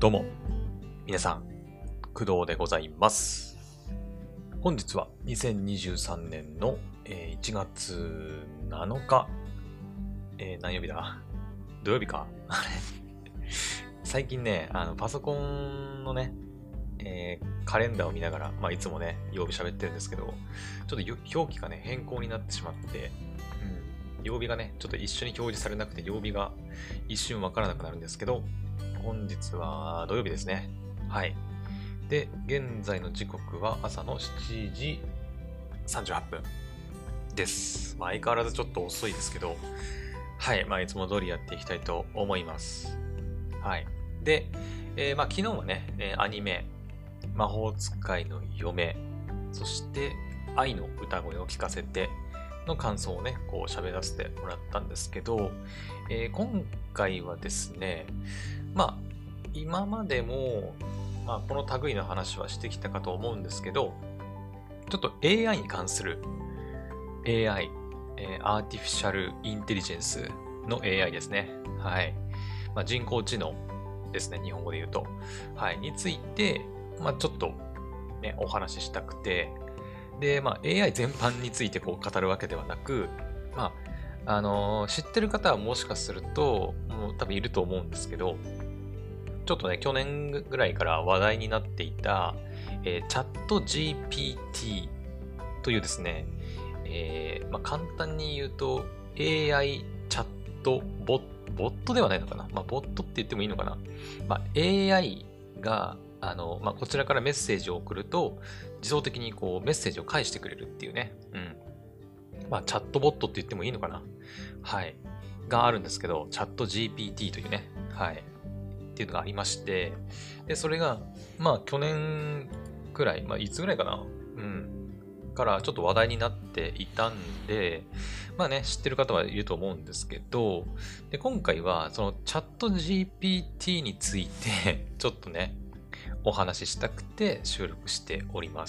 どうも、皆さん、工藤でございます。本日は2023年の1月7日、何曜日だ土曜日かあれ最近ね、パソコンのね、カレンダーを見ながら、いつもね、曜日喋ってるんですけど、ちょっと表記がね、変更になってしまって、曜日がね、ちょっと一緒に表示されなくて、曜日が一瞬わからなくなるんですけど、本日は土曜日ですね。はい。で、現在の時刻は朝の7時38分です。相変わらずちょっと遅いですけど、はい。いつも通りやっていきたいと思います。はい。で、昨日はね、アニメ、魔法使いの嫁、そして愛の歌声を聞かせての感想をね、こう喋らせてもらったんですけど、今回はですね、今までも、この類の話はしてきたかと思うんですけど、ちょっと AI に関する AI、アーティフィシャルインテリジェンスの AI ですね。はい。人工知能ですね、日本語で言うと。はい。について、ちょっとね、お話ししたくて、で、AI 全般についてこう語るわけではなく、知ってる方はもしかすると、もう多分いると思うんですけど、ちょっとね、去年ぐらいから話題になっていた、チャット GPT というですね、簡単に言うと AI チャットボットではないのかな、ボットって言ってもいいのかな、AI が、こちらからメッセージを送ると、自動的にこうメッセージを返してくれるっていうね。チャットボットって言ってもいいのかな、はい。があるんですけど、チャット GPT というね。はい。っていうのがありまして、で、それが、去年くらい、いつぐらいかなからちょっと話題になっていたんで、知ってる方はいると思うんですけど、で、今回は、そのチャット GPT について、ちょっとね、お話ししたくて収録しております。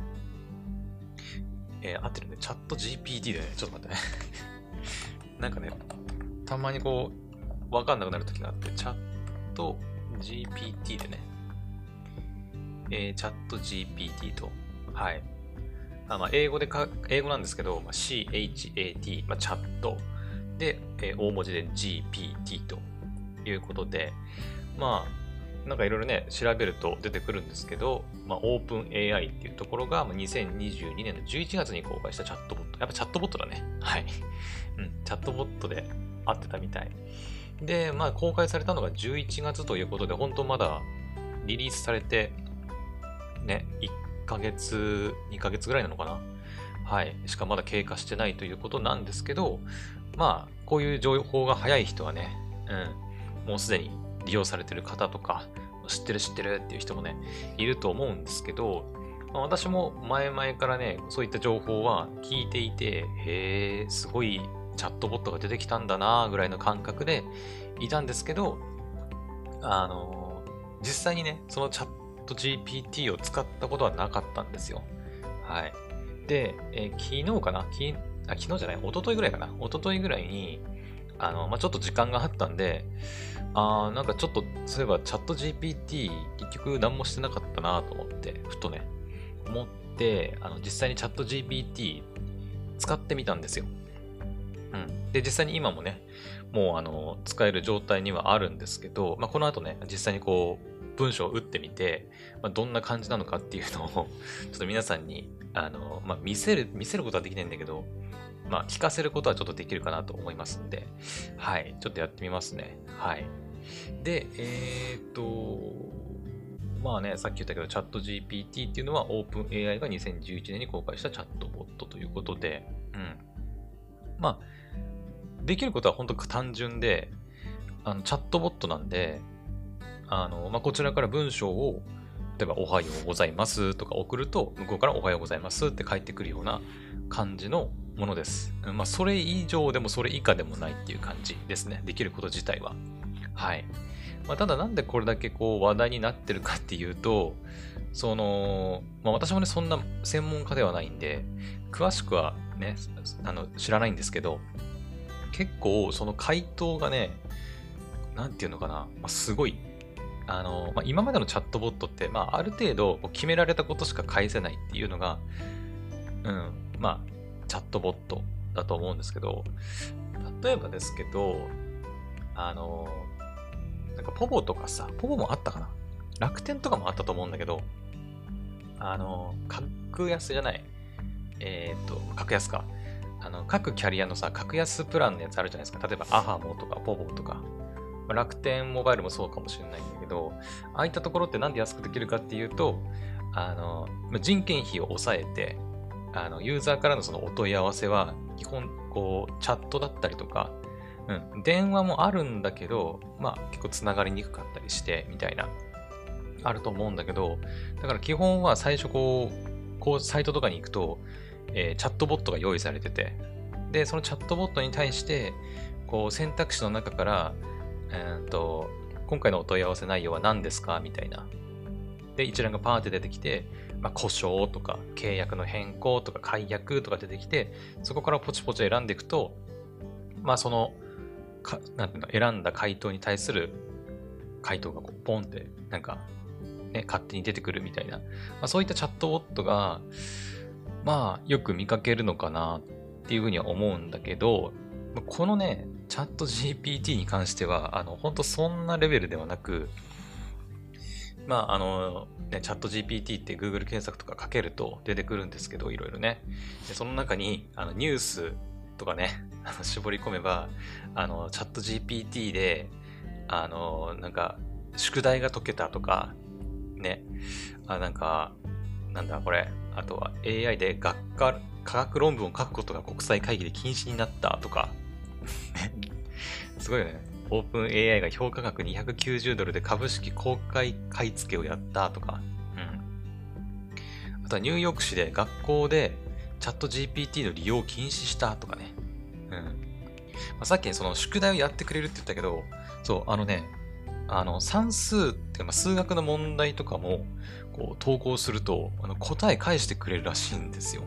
合ってるね。チャット GPT でね、ちょっと待ってね。なんかね、たまにこう、わかんなくなるときがあって、チャット GPT でね、チャット GPT と、はい。英語なんですけど、CHAT、チャットで、大文字で GPT ということで、なんかいろいろね、調べると出てくるんですけど、オープン AI っていうところが、2022年の11月に公開したチャットボット。やっぱチャットボットだね。はい。チャットボットで合ってたみたい。で、公開されたのが11月ということで、本当まだリリースされて、ね、1ヶ月、2ヶ月ぐらいなのかな。はい。しかまだ経過してないということなんですけど、こういう情報が早い人はね、もうすでに利用されてる方とか、知ってるっていう人もね、いると思うんですけど、私も前々からね、そういった情報は聞いていて、へえ、すごいチャットボットが出てきたんだなぐらいの感覚でいたんですけど、実際にね、そのチャット GPT を使ったことはなかったんですよ。はい。で、昨日かな昨日じゃない、一昨日ぐらいかな一昨日ぐらいに、ちょっと時間があったんで、なんかちょっと、そういえばチャット GPT 結局何もしてなかったなと思って、ふとね、思って、実際にチャット GPT 使ってみたんですよ。で、実際に今もね、もう使える状態にはあるんですけど、この後ね、実際にこう、文章を打ってみて、どんな感じなのかっていうのをちょっと皆さんに、見せることはできないんだけど、聞かせることはちょっとできるかなと思いますんで、はい、ちょっとやってみますね。はい。で、さっき言ったけど、チャット GPT っていうのは OpenAI が2011年に公開したチャットボットということで、できることは本当単純で、チャットボットなんで、こちらから文章を、例えばおはようございますとか送ると、向こうからおはようございますって返ってくるような感じのものです。それ以上でもそれ以下でもないっていう感じですね。できること自体は。はい。ただなんでこれだけこう話題になってるかっていうと、私もね、そんな専門家ではないんで、詳しくはね、知らないんですけど、結構その回答がね、なんていうのかな、すごい今までのチャットボットって、ある程度決められたことしか返せないっていうのが、チャットボットだと思うんですけど、例えばですけど、なんかポボとかさ、ポボもあったかな、楽天とかもあったと思うんだけど、格安じゃない。格安か。各キャリアのさ、格安プランのやつあるじゃないですか。例えば、アハモとか、ポボとか。楽天モバイルもそうかもしれないんだけど、ああいったところってなんで安くできるかっていうと、人件費を抑えて、ユーザーからのそのお問い合わせは、基本、チャットだったりとか、電話もあるんだけど、結構つながりにくかったりして、みたいな、あると思うんだけど、だから基本は最初サイトとかに行くと、チャットボットが用意されてて、で、そのチャットボットに対して、選択肢の中から、今回のお問い合わせ内容は何ですかみたいな。で、一覧がパーって出てきて、故障とか、契約の変更とか、解約とか出てきて、そこからポチポチ選んでいくと、その、なんていうの、選んだ回答に対する回答がポンって、なんか、勝手に出てくるみたいな。そういったチャットボットが、よく見かけるのかなっていうふうには思うんだけど、このね、チャット GPT に関しては、本当そんなレベルではなく、チャット GPT って Google 検索とかかけると出てくるんですけど、いろいろね。でその中に、ニュースとかね、絞り込めば、チャット GPT で、なんか、宿題が解けたとか、ね、なんだこれ、あとは AI で科学論文を書くことが国際会議で禁止になったとか、すごいよね。オープン AI が評価額$290で株式公開買い付けをやったとか、あとはニューヨーク市で学校でチャット GPT の利用を禁止したとかね。さっきその宿題をやってくれるって言ったけど、そう、算数っていうか、数学の問題とかも投稿すると答え返してくれるらしいんですよ。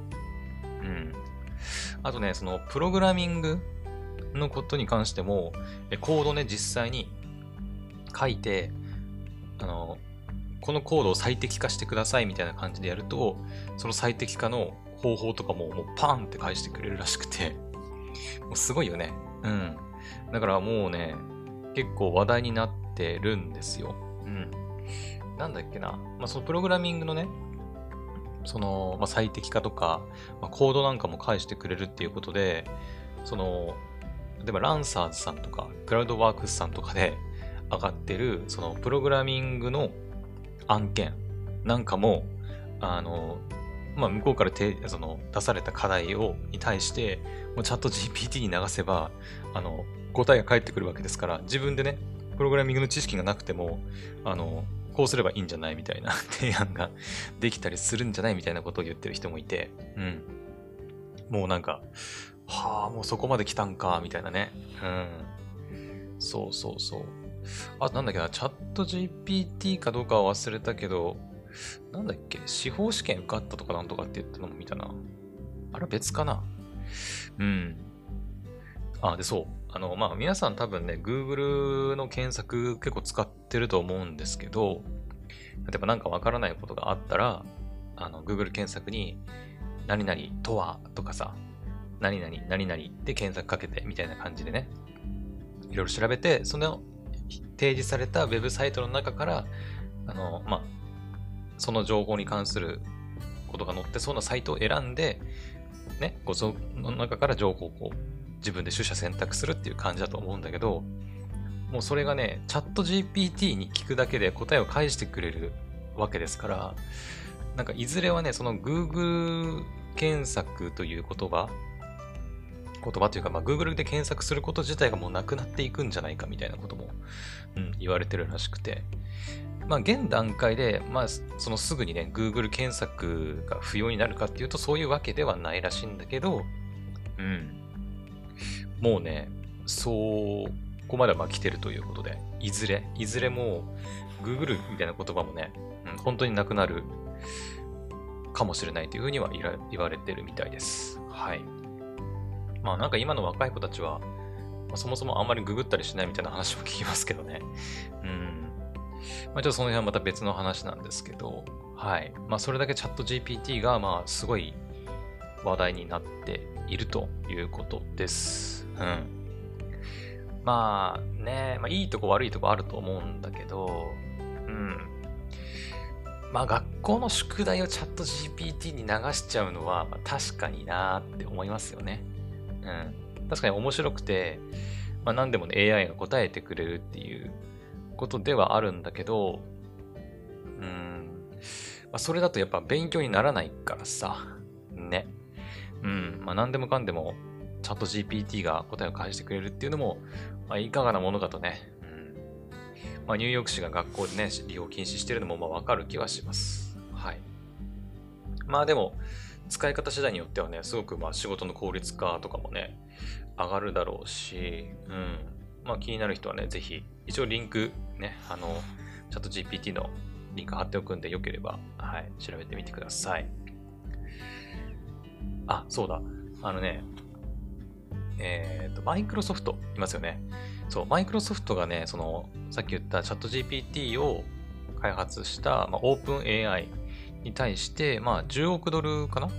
あとね、そのプログラミングのことに関しても、コードね、実際に書いて、このコードを最適化してくださいみたいな感じでやると、その最適化の方法とかももうパンって返してくれるらしくて、もうすごいよね。だからもうね、結構話題になってるんですよ。なんだっけな。そのプログラミングのね、その、最適化とか、コードなんかも返してくれるっていうことで、その、例えばランサーズさんとか、クラウドワークスさんとかで上がってる、そのプログラミングの案件なんかも、向こうから出された課題に対して、もうチャット GPT に流せば、答えが返ってくるわけですから、自分でね、プログラミングの知識がなくても、こうすればいいんじゃないみたいな提案ができたりするんじゃないみたいなことを言ってる人もいて、もうなんか、もうそこまで来たんか、みたいなね。そうそうそう。あとなんだっけな、チャット GPT かどうかは忘れたけど、なんだっけ、司法試験受かったとかなんとかって言ったのも見たな。あれ別かな。で、そう。皆さん多分ね、Google の検索結構使ってると思うんですけど、例えばなんかわからないことがあったら、Google 検索に、何々とはとかさ、何々、何々で検索かけてみたいな感じでね、いろいろ調べて、その提示されたウェブサイトの中から、その情報に関することが載ってそうなサイトを選んで、ね、その中から情報を自分で取捨選択するっていう感じだと思うんだけど、もうそれがね、チャット GPT に聞くだけで答えを返してくれるわけですから、なんかいずれはね、その Google 検索という言葉というか、Google で検索すること自体がもうなくなっていくんじゃないかみたいなことも、言われてるらしくて、現段階で、そのすぐにね、Google 検索が不要になるかっていうと、そういうわけではないらしいんだけど、もうね、そこまでは来てるということで、いずれもう Google みたいな言葉もね、本当になくなるかもしれないというふうには言われてるみたいです。はい。なんか今の若い子たちは、そもそもあんまりググったりしないみたいな話も聞きますけどね。 ちょっとその辺はまた別の話なんですけど、はい。それだけチャット GPT が、すごい話題になっているということです。うん。いいとこ悪いとこあると思うんだけど、うん。学校の宿題をチャット GPT に流しちゃうのは、確かになーって思いますよね。うん。確かに面白くて、何でもね、AI が答えてくれるっていうことではあるんだけど、それだとやっぱ勉強にならないからさ、ね。何でもかんでも、チャット GPT が答えを返してくれるっていうのも、いかがなものかとね。ニューヨーク市が学校でね、利用禁止してるのもわかる気はします。はい。でも、使い方次第によってはね、すごく仕事の効率化とかもね、上がるだろうし、気になる人はね、ぜひ、一応リンクね、チャット GPT のリンク貼っておくんで、よければ、はい、調べてみてください。そうだ。マイクロソフトいますよね。そう、マイクロソフトがね、さっき言ったチャット GPT を開発した、オープン AI に対して、10億ドルかな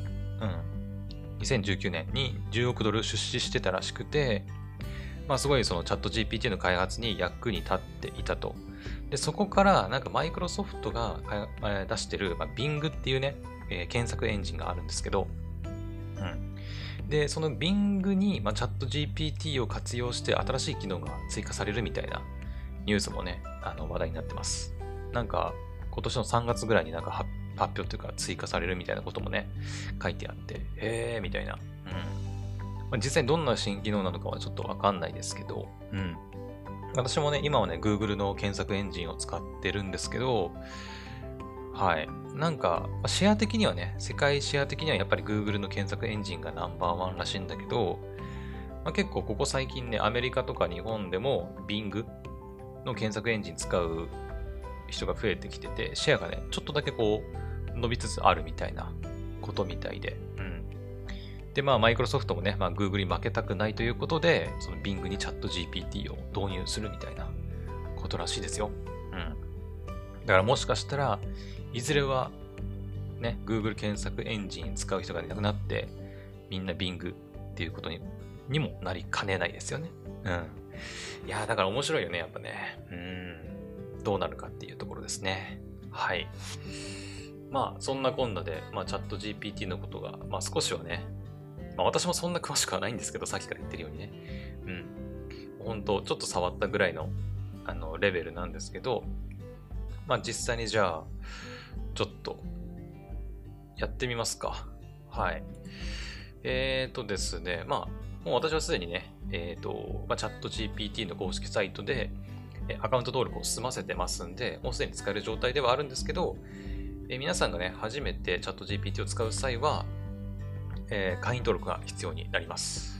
2019年に10億ドル出資してたらしくて、すごいそのチャット GPT の開発に役に立っていたと。で、そこからなんかマイクロソフトが出してる、Bing っていうね、検索エンジンがあるんですけど、で、その Bing に、チャット GPT を活用して新しい機能が追加されるみたいなニュースもね、話題になってます。なんか、今年の3月ぐらいになんか発表というか追加されるみたいなこともね、書いてあって、みたいな。実際にどんな新機能なのかはちょっとわかんないですけど、私もね、今はね、Google の検索エンジンを使ってるんですけど、はい。なんか、シェア的にはね、世界シェア的にはやっぱり Google の検索エンジンがナンバーワンらしいんだけど、結構ここ最近ね、アメリカとか日本でも Bing の検索エンジン使う人が増えてきてて、シェアがね、ちょっとだけこう、伸びつつあるみたいなことみたいで。で、マイクロソフトもね、Google に負けたくないということで、その Bing にチャット GPT を導入するみたいなことらしいですよ。だからもしかしたら、いずれは、ね、Google 検索エンジン使う人がいなくなって、みんな Bing っていうことにもなりかねないですよね。いやー、だから面白いよね、やっぱね。どうなるかっていうところですね。はい。そんなこんなで、チャット GPT のことが、少しはね、私もそんな詳しくはないんですけど、さっきから言ってるようにね。本当ちょっと触ったぐらいの、レベルなんですけど、実際にじゃあ、ちょっと、やってみますか。はい。ですね、もう私はすでにね、チャット GPT の公式サイトで、アカウント登録を済ませてますんで、もうすでに使える状態ではあるんですけど、皆さんがね、初めてチャット GPT を使う際は、会員登録が必要になります。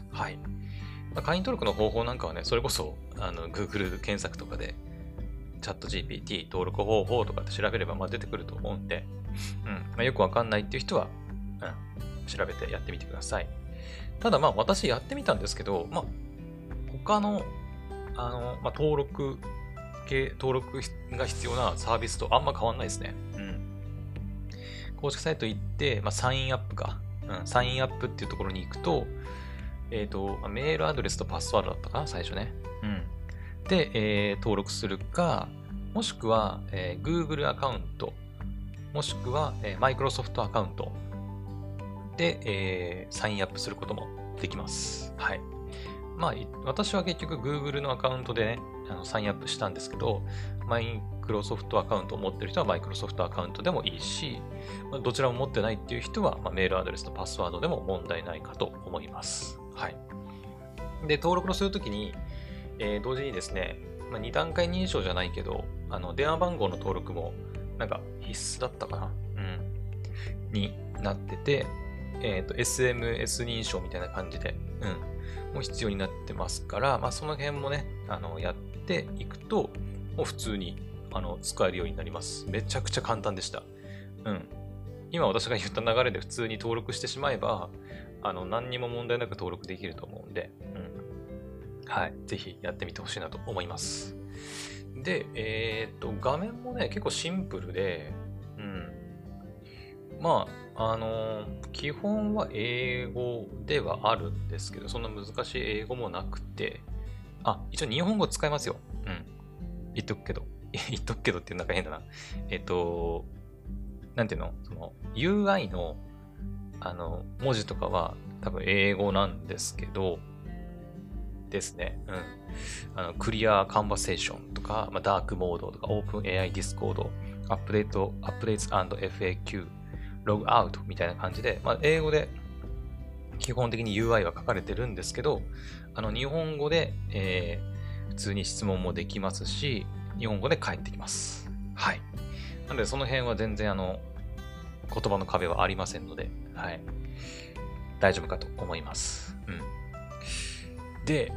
はい。会員登録の方法なんかはね、それこそ、Google 検索とかで、チャット GPT 登録方法とかって調べれば出てくると思うんで、よくわかんないっていう人は、調べてやってみてください。ただ私やってみたんですけど、他の、登録が必要なサービスとあんま変わんないですね。公式サイト行って、サインアップか。サインアップっていうところに行くと、メールアドレスとパスワードだったかな、最初ね。で、登録するか、もしくは、Google アカウント、もしくは、Microsoft アカウントで、サインアップすることもできます。はい。私は結局 Google のアカウントでね、サインアップしたんですけど、Microsoft アカウントを持ってる人は Microsoft アカウントでもいいし、どちらも持ってないっていう人は、メールアドレスとパスワードでも問題ないかと思います。はい。で、登録をするときに、同時にですね、2段階認証じゃないけど、電話番号の登録も、なんか必須だったかなになってて、SMS 認証みたいな感じで、もう必要になってますから、その辺もね、やっていくと、もう普通に、使えるようになります。めちゃくちゃ簡単でした。今私が言った流れで普通に登録してしまえば、何にも問題なく登録できると思うんで、はい。ぜひやってみてほしいなと思います。 で、画面もね、結構シンプルで、うん。まあ、基本は英語ではあるんですけど、そんな難しい英語もなくて、あ、一応日本語使えますよ。うん。言っとくけど。言っとくけどっていうのなんか変だな。なんていうのその UI の、文字とかは多分英語なんですけど、ですね。うん。クリアカンバセーションとか、まあ、ダークモードとか、オープン AI ディスコード、アップデート、アップデート &FAQ、ログアウトみたいな感じで、まあ、英語で基本的に UI は書かれてるんですけど、日本語で、普通に質問もできますし、日本語で返ってきます。はい。なので、その辺は全然言葉の壁はありませんので、はい。大丈夫かと思います。うん。で、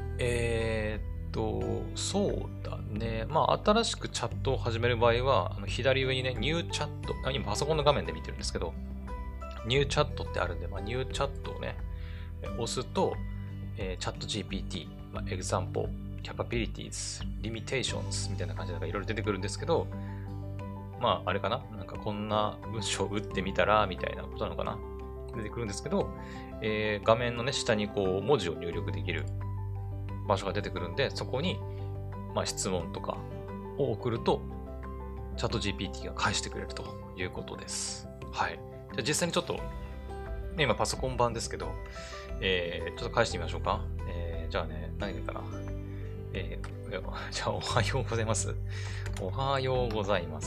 そうだね。まあ、新しくチャットを始める場合は、左上にね、ニューチャット、今パソコンの画面で見てるんですけど、ニューチャットってあるんで、まあ、ニューチャットをね、押すと、チャット GPT、まあ、example、capabilities、limitations みたいな感じでいろいろ出てくるんですけど、まあ、あれかななんかこんな文章を打ってみたら、みたいなことなのかな出てくるんですけど、画面のね、下にこう、文字を入力できる場所が出てくるんで、そこに、まあ、質問とかを送ると、チャット GPT が返してくれるということです。はい。じゃあ実際にちょっと、ね、今パソコン版ですけど、ちょっと返してみましょうか。じゃあね、何がいいかな。じゃあ、おはようございます。おはようございます。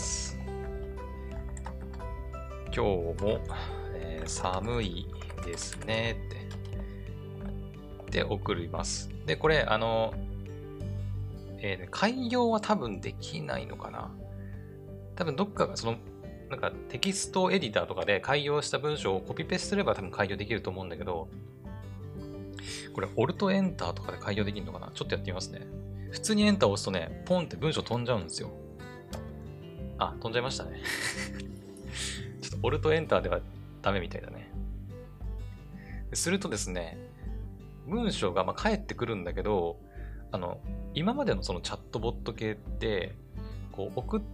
今日も、寒いですねって。で、送ります。で、これ、改行は多分できないのかな。多分どっかがなんかテキストエディターとかで改行した文章をコピペすれば多分改行できると思うんだけど、これ、オルトエンターとかで改行できるのかなちょっとやってみますね。普通にエンターを押すとね、ポンって文章飛んじゃうんですよ。あ、飛んじゃいましたね。ちょっとオルトエンターではダメみたいだね。するとですね、文章が返ってくるんだけど、今までのそのチャットボット系って、こう送って、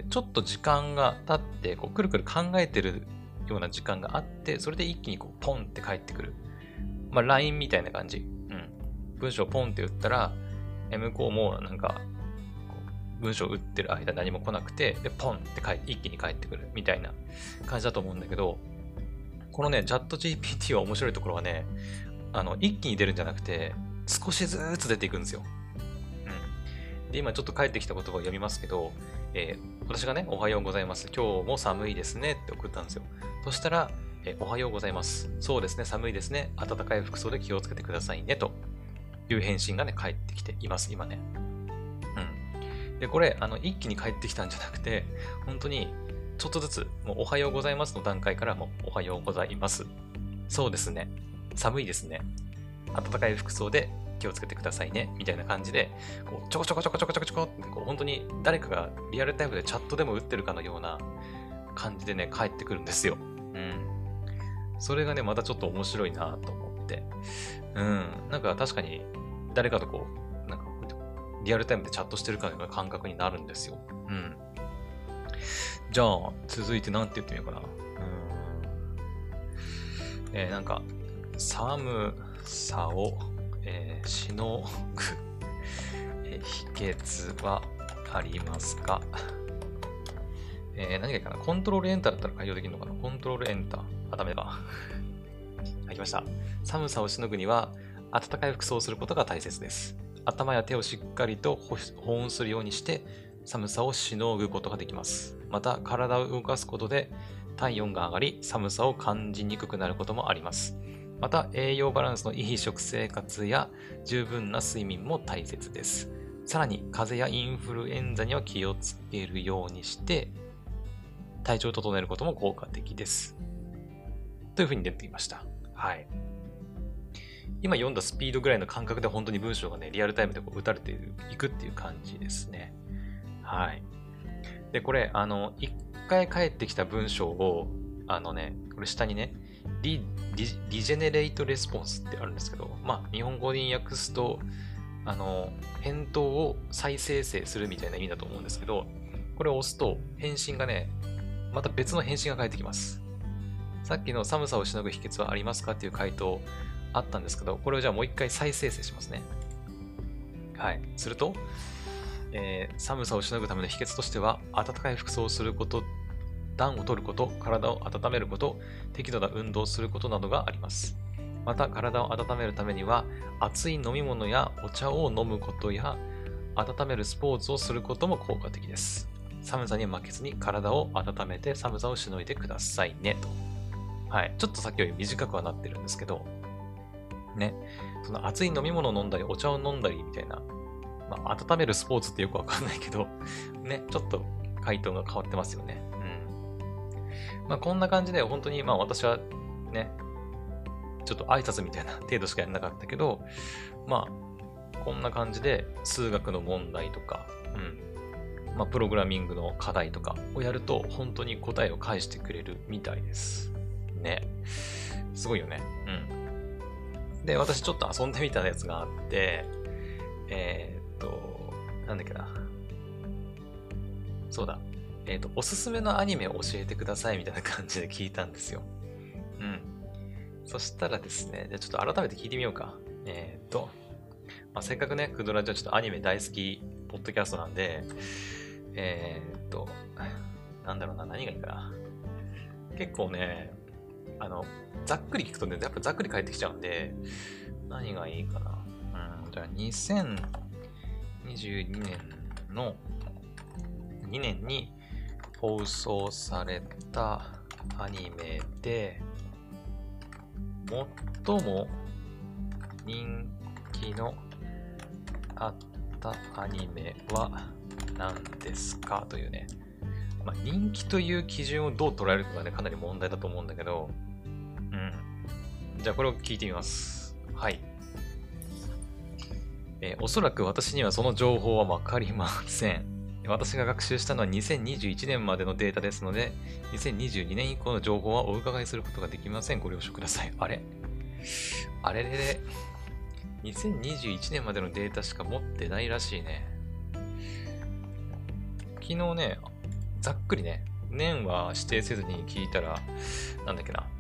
ちょっと時間が経って、こうくるくる考えてるような時間があって、それで一気にこうポンって返ってくる。まあ、LINE みたいな感じ。うん。文章をポンって打ったら、向こうもなんか、文章を打ってる間何も来なくて、で、ポンって一気に返ってくるみたいな感じだと思うんだけど、このね、チャット GPT は面白いところはね、一気に出るんじゃなくて、少しずつ出ていくんですよ。うん。で、今ちょっと帰ってきた言葉を読みますけど、私がね、おはようございます。今日も寒いですねって送ったんですよ。そしたら、おはようございます。そうですね、寒いですね。暖かい服装で気をつけてくださいね。という返信がね、返ってきています、今ね。うん。で、これ、一気に返ってきたんじゃなくて、本当に、ちょっとずつ、もうおはようございますの段階からもうおはようございます。そうですね。寒いですね。暖かい服装で気をつけてくださいね。みたいな感じで、こうちょこちょこちょこちょこちょこちょこって、こう本当に誰かがリアルタイムでチャットでも打ってるかのような感じでね、返ってくるんですよ。うん。それがね、またちょっと面白いなと思って。うん。なんか確かに誰かとこう、なんかリアルタイムでチャットしてるかのような感覚になるんですよ。うん。じゃあ、続いて何て言ってみようかな。なんか、寒さを、しのぐ、秘訣はありますか？何がいいかな？コントロールエンターだったら解除できるのかな？コントロールエンター。あ、ダメだ。はい、来ました。寒さをしのぐには、暖かい服装をすることが大切です。頭や手をしっかりと保温するようにして、寒さをしのぐことができます。また、体を動かすことで体温が上がり、寒さを感じにくくなることもあります。また、栄養バランスのいい食生活や十分な睡眠も大切です。さらに、風邪やインフルエンザには気をつけるようにして、体調を整えることも効果的です。というふうに出ていました。はい。今読んだスピードぐらいの感覚で本当に文章がね、リアルタイムでこう打たれていくっていう感じですね。はい。で、これ、一回返ってきた文章を、これ下にね、リジェネレイトレスポンスってあるんですけど、まあ、日本語に訳すと、 返答を再生成するみたいな意味だと思うんですけど、これを押すと返信がね、また別の返信が返ってきます。さっきの寒さをしのぐ秘訣はありますかっていう回答あったんですけど、これをじゃあもう一回再生成しますね。はい。すると、寒さをしのぐための秘訣としては、暖かい服装をすること、暖を取ること、体を温めること、適度な運動をすることなどがあります。また、体を温めるためには、熱い飲み物やお茶を飲むことや、温めるスポーツをすることも効果的です。寒さに負けずに体を温めて寒さをしのいでくださいね、と。はい。ちょっとさっきより短くはなってるんですけど、ね。その熱い飲み物を飲んだり、お茶を飲んだりみたいな、まあ、温めるスポーツってよくわかんないけど、ね、ちょっと回答が変わってますよね。うん。まあ、こんな感じで、本当に、まあ、私はね、ちょっと挨拶みたいな程度しかやんなかったけど、まあ、こんな感じで、数学の問題とか、まあ、プログラミングの課題とかをやると、本当に答えを返してくれるみたいです。ね。すごいよね。で、私ちょっと遊んでみたやつがあって、なんだっけな。そうだ。おすすめのアニメを教えてくださいみたいな感じで聞いたんですよ。そしたらですね、じゃあちょっと改めて聞いてみようか。まあ、せっかくね、クドラジはちょっとアニメ大好きポッドキャストなんで、なんだろうな、何がいいかな。結構ね、ざっくり聞くとね、やっぱざっくり返ってきちゃうんで、何がいいかな。じゃあ2022年の2年に放送されたアニメで、最も人気のあったアニメは何ですかというね。まあ、人気という基準をどう捉えるかがね、かなり問題だと思うんだけど、じゃあこれを聞いてみます。はい。おそらく私にはその情報はわかりません。私が学習したのは2021年までのデータですので、2022年以降の情報はお伺いすることができません。ご了承ください。あれれ、2021年までのデータしか持ってないらしいね。昨日ね、ざっくりね、年は指定せずに聞いたら、なんだっけな。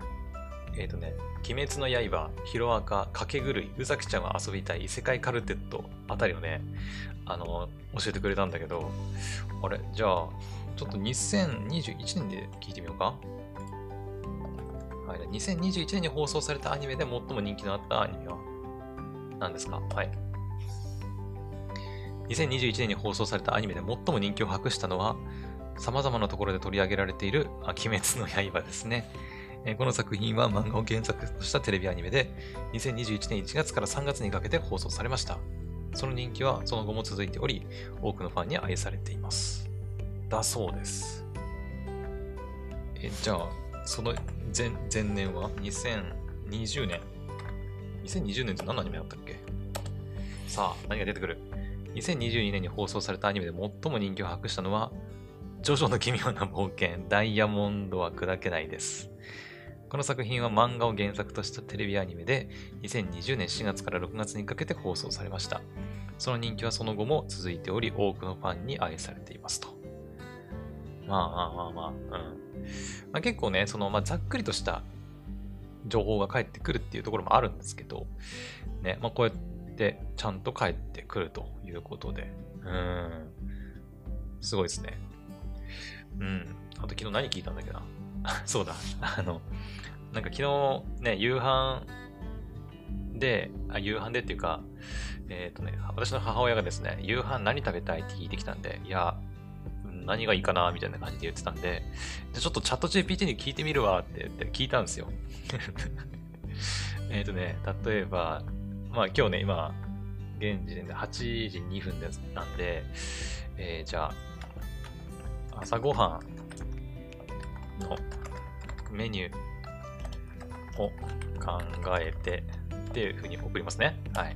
鬼滅の刃、ヒロアカ、賭け狂い、宇崎ちゃんは遊びたい、異世界カルテットあたりをね、教えてくれたんだけど、あれじゃあ、ちょっと2021年で聞いてみようか。はい、2021年に放送されたアニメで最も人気のあったアニメは何ですか？はい。2021年に放送されたアニメで最も人気を博したのは、様々なところで取り上げられている鬼滅の刃ですね。この作品は漫画を原作としたテレビアニメで、2021年1月から3月にかけて放送されました。その人気はその後も続いており、多くのファンに愛されています。だそうです。じゃあ、その前年は2020年。2020年って何のアニメだったっけ？さあ、何が出てくる？ 2022 年に放送されたアニメで最も人気を博したのは、ジョジョの奇妙な冒険、ダイヤモンドは砕けないです。この作品は漫画を原作としたテレビアニメで、2020年4月から6月にかけて放送されました。その人気はその後も続いており、多くのファンに愛されていますと。まあ、結構ね、ざっくりとした情報が返ってくるっていうところもあるんですけど、ね、まあ、こうやってちゃんと返ってくるということで、すごいですね。あと昨日何聞いたんだっけな。そうだ。なんか昨日ね、夕飯でっていうか、私の母親がですね、夕飯何食べたいって聞いてきたんで、いや、何がいいかなみたいな感じで言ってたんで、ちょっとチャット GPT に聞いてみるわって言って聞いたんですよ。例えば、まあ今日ね、今、現時点で8時2分ですなんで、じゃあ、朝ごはんのメニューを考えてっていう風に送りますね。はい。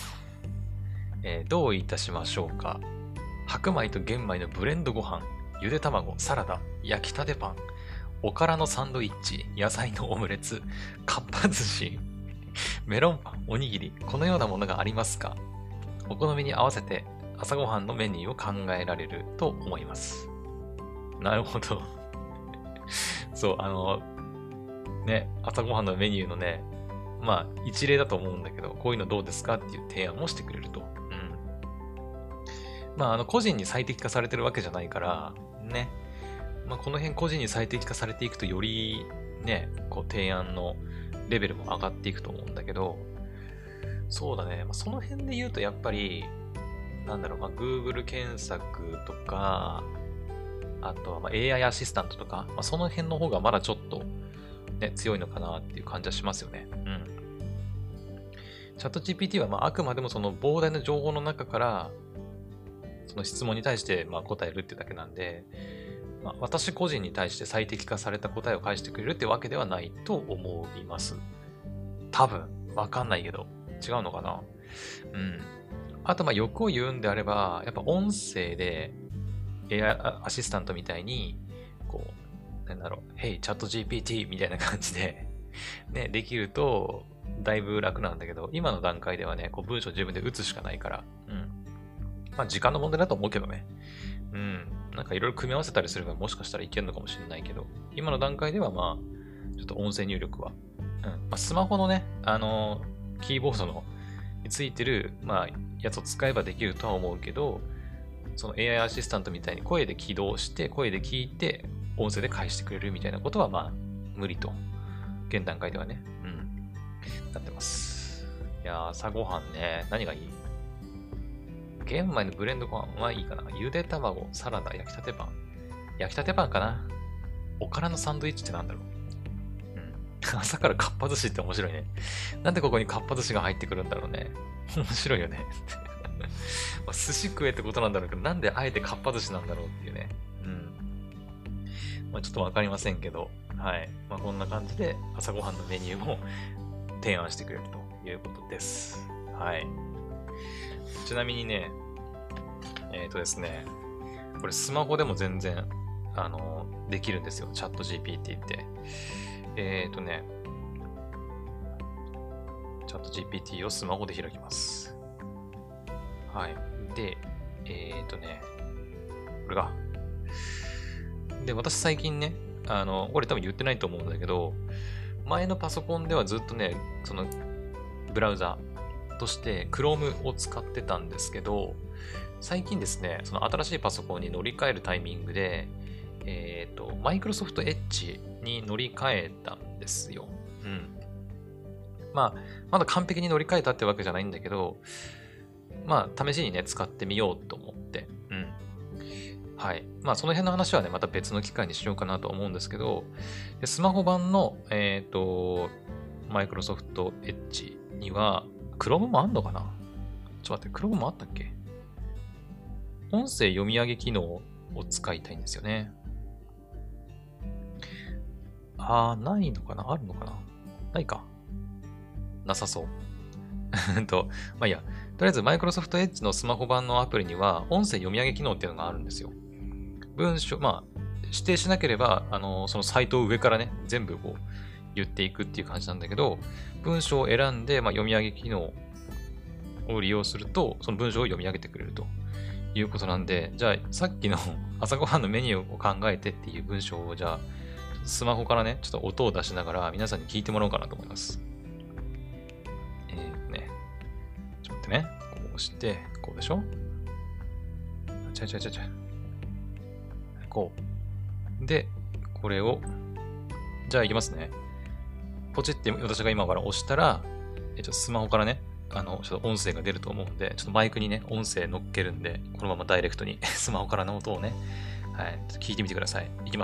どういたしましょうか。白米と玄米のブレンドご飯、ゆで卵、サラダ、焼きたてパン、おからのサンドイッチ、野菜のオムレツ、かっぱ寿司、メロンパン、おにぎり、このようなものがありますか？ お好みに合わせて朝ごはんのメニューを考えられると思います。なるほど。そう、ね、朝ごはんのメニューのね、まあ、一例だと思うんだけど、こういうのどうですかっていう提案もしてくれると。うん。まあ、個人に最適化されてるわけじゃないから、ね。まあ、この辺個人に最適化されていくと、より、ね、こう、提案のレベルも上がっていくと思うんだけど、そうだね。まあ、その辺で言うと、やっぱり、なんだろう、まあ、Google 検索とか、あとはまあ AI アシスタントとか、まあ、その辺の方がまだちょっと、ね、強いのかなっていう感じはしますよね。うん。チャット GPT はまああくまでもその膨大な情報の中から、その質問に対してまあ答えるってだけなんで、まあ、私個人に対して最適化された答えを返してくれるってわけではないと思います。多分、わかんないけど、違うのかな。うん。あとまあ欲を言うんであれば、やっぱ音声で AI アシスタントみたいに、こう、なんだろう、Hey, チャット GPT みたいな感じでね、できると、だいぶ楽なんだけど、今の段階ではね、こう文章自分で打つしかないから、うん。まあ時間の問題だと思うけどね。うん。なんかいろいろ組み合わせたりすればもしかしたらいけるのかもしれないけど、今の段階ではまあ、ちょっと音声入力は、うん。まあ、スマホのね、キーボードのについてる、まあ、やつを使えばできるとは思うけど、その AI アシスタントみたいに声で起動して、声で聞いて、音声で返してくれるみたいなことはまあ、無理と。現段階ではね。うん。なってます。いやー、朝ごはんね、何がいい？玄米のブレンドご飯はいいかな。ゆで卵、サラダ、焼きたてパン。焼きたてパンかな。おからのサンドイッチってなんだろう。うん。朝からかっぱ寿司って面白いね。なんでここにかっぱ寿司が入ってくるんだろうね。面白いよね。まあ、寿司食えってことなんだろうけど、なんであえてかっぱ寿司なんだろうっていうね。うん。まあ、ちょっとわかりませんけど、はい。まあ、こんな感じで朝ごはんのメニューも提案してくれるということです。はい。ちなみにね、ですね、これスマホでも全然、できるんですよ。チャット GPT って。ね、チャット GPT をスマホで開きます。はい。で、ね、これが。で、私最近ね、これ多分言ってないと思うんだけど、前のパソコンではずっとね、その、ブラウザとして Chrome を使ってたんですけど、最近ですね、その新しいパソコンに乗り換えるタイミングで、Microsoft Edge に乗り換えたんですよ。うん。まあ、まだ完璧に乗り換えたってわけじゃないんだけど、まあ、試しにね、使ってみようと思って。うん。はい。まあ、その辺の話はね、また別の機会にしようかなと思うんですけど、でスマホ版の、Microsoft Edge には、Chrome もあんのかな？ちょっと待って、Chrome もあったっけ？音声読み上げ機能を使いたいんですよね。ないのかな？あるのかな？ないか。なさそう。まあいいや。とりあえず Microsoft Edge のスマホ版のアプリには音声読み上げ機能っていうのがあるんですよ。文章、まあ、指定しなければ、そのサイトを上からね、全部こう言っていくっていう感じなんだけど、文章を選んで、まあ、読み上げ機能を利用すると、その文章を読み上げてくれるということなんで、じゃあ、さっきの朝ごはんのメニューを考えてっていう文章を、じゃあ、スマホからね、ちょっと音を出しながら皆さんに聞いてもらおうかなと思います。ちょっと待ってね。こう押して、こうでしょ？ちゃ。こう。で、これを、じゃあいきますね。ポチって私が今から押したら、スマホからね、ちょっと音声が出ると思うんで、ちょっとマイクにね、音声乗っけるんで、このままダイレクトにスマホからの音をね、はい、ちょっと聞いてみてください。いきます。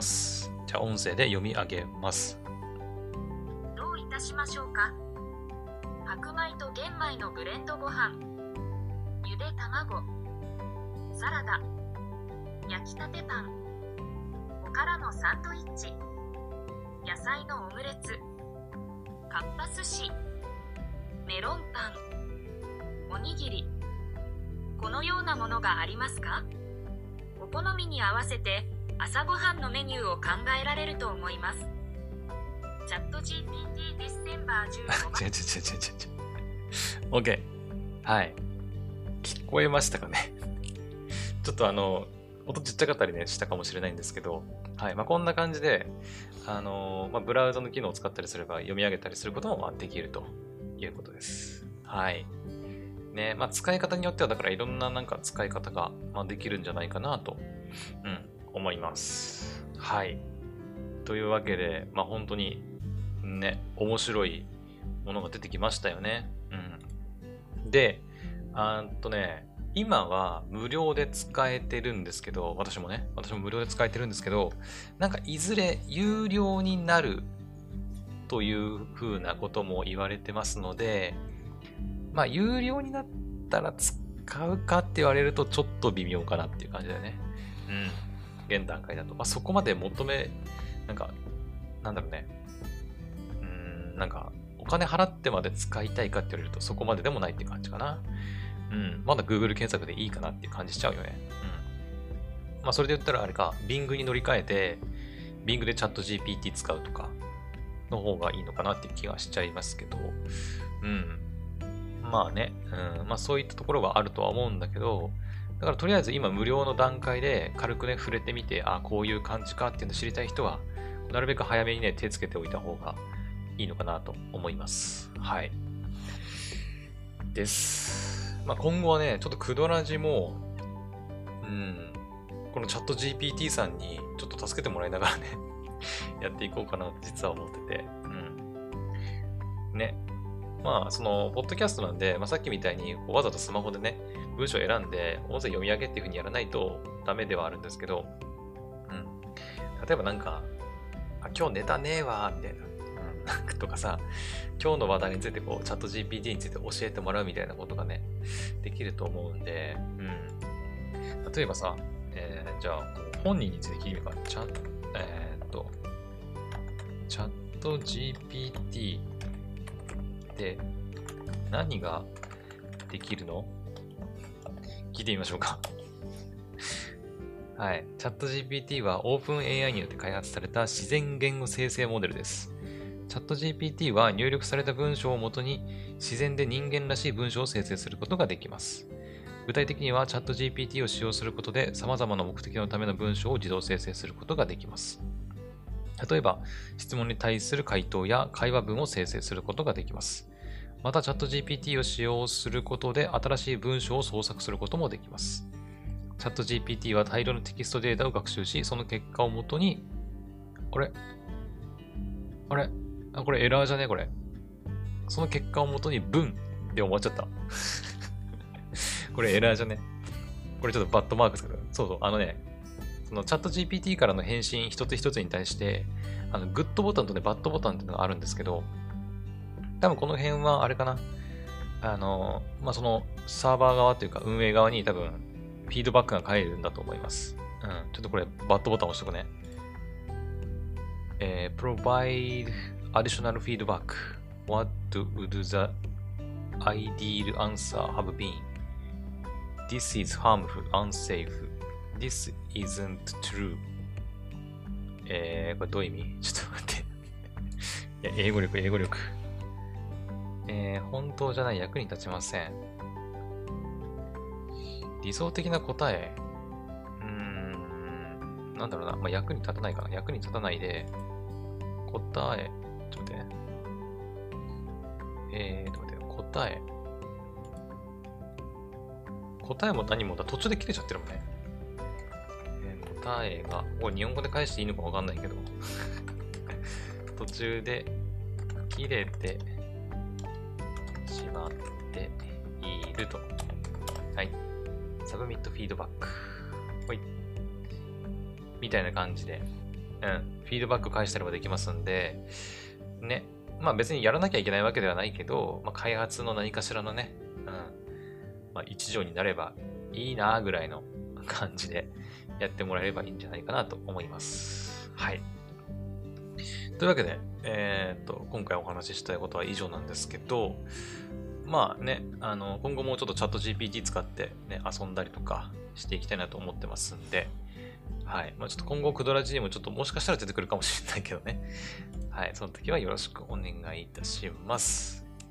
じゃあ音声で読み上げます。 どういたしましょうか。白米と玄米のブレンドご飯、ゆで卵、サラダ、焼きたてパン、おからのサンドイッチ、野菜のオムレツ、かっぱ寿司、メロンパン、おにぎり、このようなものがありますか？お好みに合わせて朝ごはんのメニューを考えられると思います。チャット GPT ディセンバー15日。 OK。はい。 聞こえましたかねちょっと音ちっちゃかったりね、したかもしれないんですけど、はい。まあ、こんな感じで、ブラウザの機能を使ったりすれば読み上げたりすることもできるということです。はい。ね、まあ、使い方によっては、だからいろんななんか使い方が、できるんじゃないかなと、思います。はい。というわけで、本当に、ね、面白いものが出てきましたよね。で、今は無料で使えてるんですけど、私も無料で使えてるんですけど、なんかいずれ有料になるというふうなことも言われてますので、有料になったら使うかって言われるとちょっと微妙かなっていう感じだよね。現段階だと。そこまでなんだろうね。お金払ってまで使いたいかって言われるとそこまででもないって感じかな。まだ Google 検索でいいかなっていう感じしちゃうよね。それで言ったらあれか、Bing に乗り換えて、Bing でチャット GPT 使うとかの方がいいのかなっていう気がしちゃいますけど、そういったところはあるとは思うんだけど、だからとりあえず今無料の段階で軽くね、触れてみて、こういう感じかっていうのを知りたい人は、なるべく早めにね、手つけておいた方がいいのかなと思います。はい。です。今後はね、ちょっとクドラジも、このチャット GPT さんにちょっと助けてもらいながらねやっていこうかなって実は思ってて、ね。その、ポッドキャストなんで、さっきみたいにわざとスマホでね、文章を選んで、音声読み上げっていう風にやらないとダメではあるんですけど、例えば今日ネタねえわーみたいな、とかさ、今日の話題についてチャット GPT について教えてもらうみたいなことがね、できると思うんで、例えばさ、じゃあ、本人について聞いてみるか。チャット GPT で何ができるの？聞いてみましょうか。はい。チャット GPT は OpenAI によって開発された自然言語生成モデルです。チャット GPT は入力された文章をもとに自然で人間らしい文章を生成することができます。具体的にはチャット GPT を使用することで様々な目的のための文章を自動生成することができます。例えば、質問に対する回答や会話文を生成することができます。また、チャット GPT を使用することで新しい文章を創作することもできます。チャット GPT は大量のテキストデータを学習し、その結果をもとに、これエラーじゃねこれ。その結果をもとに文で終わっちゃった。これエラーじゃね。これちょっとバッドマークですけど。そう、そのチャット GPT からの返信一つ一つに対して、グッドボタンとね、バッドボタンっていうのがあるんですけど、多分この辺はあれかな。そのサーバー側というか運営側に多分フィードバックが返るんだと思います。ちょっとこれバッドボタン押しとくね。provide additional feedback. What would the ideal answer have been? This is harmful, unsafe. This isn't true. これどういう意味？ちょっと待って。いや、英語力。本当じゃない、役に立ちません。理想的な答え。なんだろうな。役に立たないかな。役に立たないで、答え。ちょっと待ってね。答えも何もだ。途中で切れちゃってるもんね。答えが、日本語で返していいのかわかんないけど。途中で切れてしまっていると。はい。サブミットフィードバック。ほい。みたいな感じで、フィードバック返したりもできますんで、ね。別にやらなきゃいけないわけではないけど、開発の何かしらのね、一助になればいいなぐらいの感じでやってもらえればいいんじゃないかなと思います。はい。というわけで、今回お話ししたいことは以上なんですけど、今後もちょっとチャット GPT 使ってね、遊んだりとかしていきたいなと思ってますんで、はい。ちょっと今後、クドラジにもちょっともしかしたら出てくるかもしれないけどね。はい。その時はよろしくお願いいたします。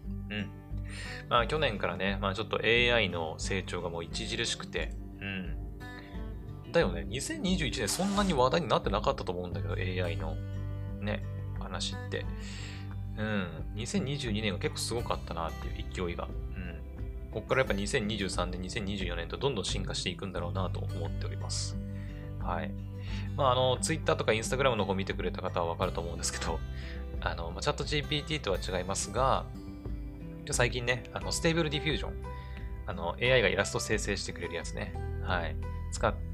うん。まあ去年からね、まあちょっと AI の成長がもう著しくて、うん。だよね、2021年そんなに話題になってなかったと思うんだけど、AI のね、話って。うん。2022年は結構すごかったなっていう勢いが。うん。ここからやっぱ2023年、2024年とどんどん進化していくんだろうなと思っております。はい。まあTwitter とか Instagram の方見てくれた方はわかると思うんですけど、チャット GPT とは違いますが、最近ね、ステーブルディフュージョン、AI がイラスト生成してくれるやつね。はい。使って、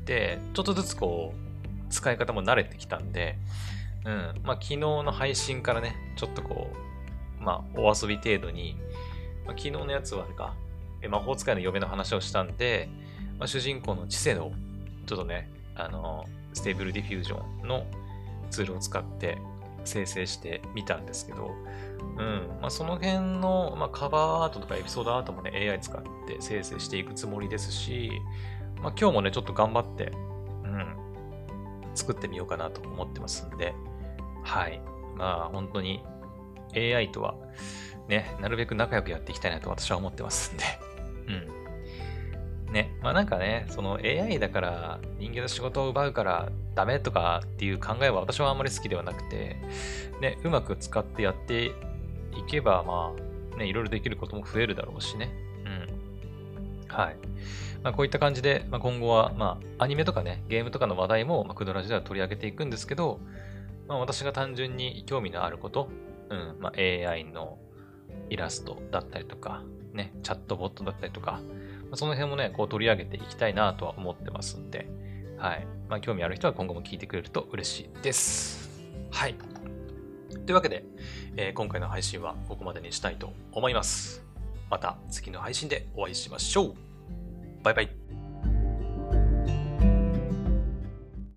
ちょっとずつこう、使い方も慣れてきたんで、うん。まあ、昨日の配信からね、ちょっとこう、まあ、お遊び程度に、まあ、昨日のやつはあれか、魔法使いの嫁の話をしたんで、まあ、主人公の知性の、ちょっとね、ステーブルディフュージョンのツールを使って生成してみたんですけど、うん。まあ、その辺の、まあ、カバーアートとかエピソードアートもね、AI 使って生成していくつもりですし、まあ、今日もね、ちょっと頑張って、うん、作ってみようかなと思ってますんで、はい。まあ、本当に AI とは、ね、なるべく仲良くやっていきたいなと私は思ってますんで、うん。ね、まあなんかね、その AI だから人間の仕事を奪うからダメとかっていう考えは私はあんまり好きではなくて、ね、うまく使ってやっていけば、まあ、ね、いろいろできることも増えるだろうしね。うん。はい。まあ、こういった感じで、まあ、今後は、まあ、アニメとかね、ゲームとかの話題も、まあ、クドラジでは取り上げていくんですけど、まあ、私が単純に興味のあること、まあ、AI のイラストだったりとか、ね、チャットボットだったりとか、まあ、その辺もね、こう取り上げていきたいなとは思ってますんで、はい。まあ、興味ある人は今後も聞いてくれると嬉しいです。はい。というわけで、今回の配信はここまでにしたいと思います。また次の配信でお会いしましょう。バイバイ。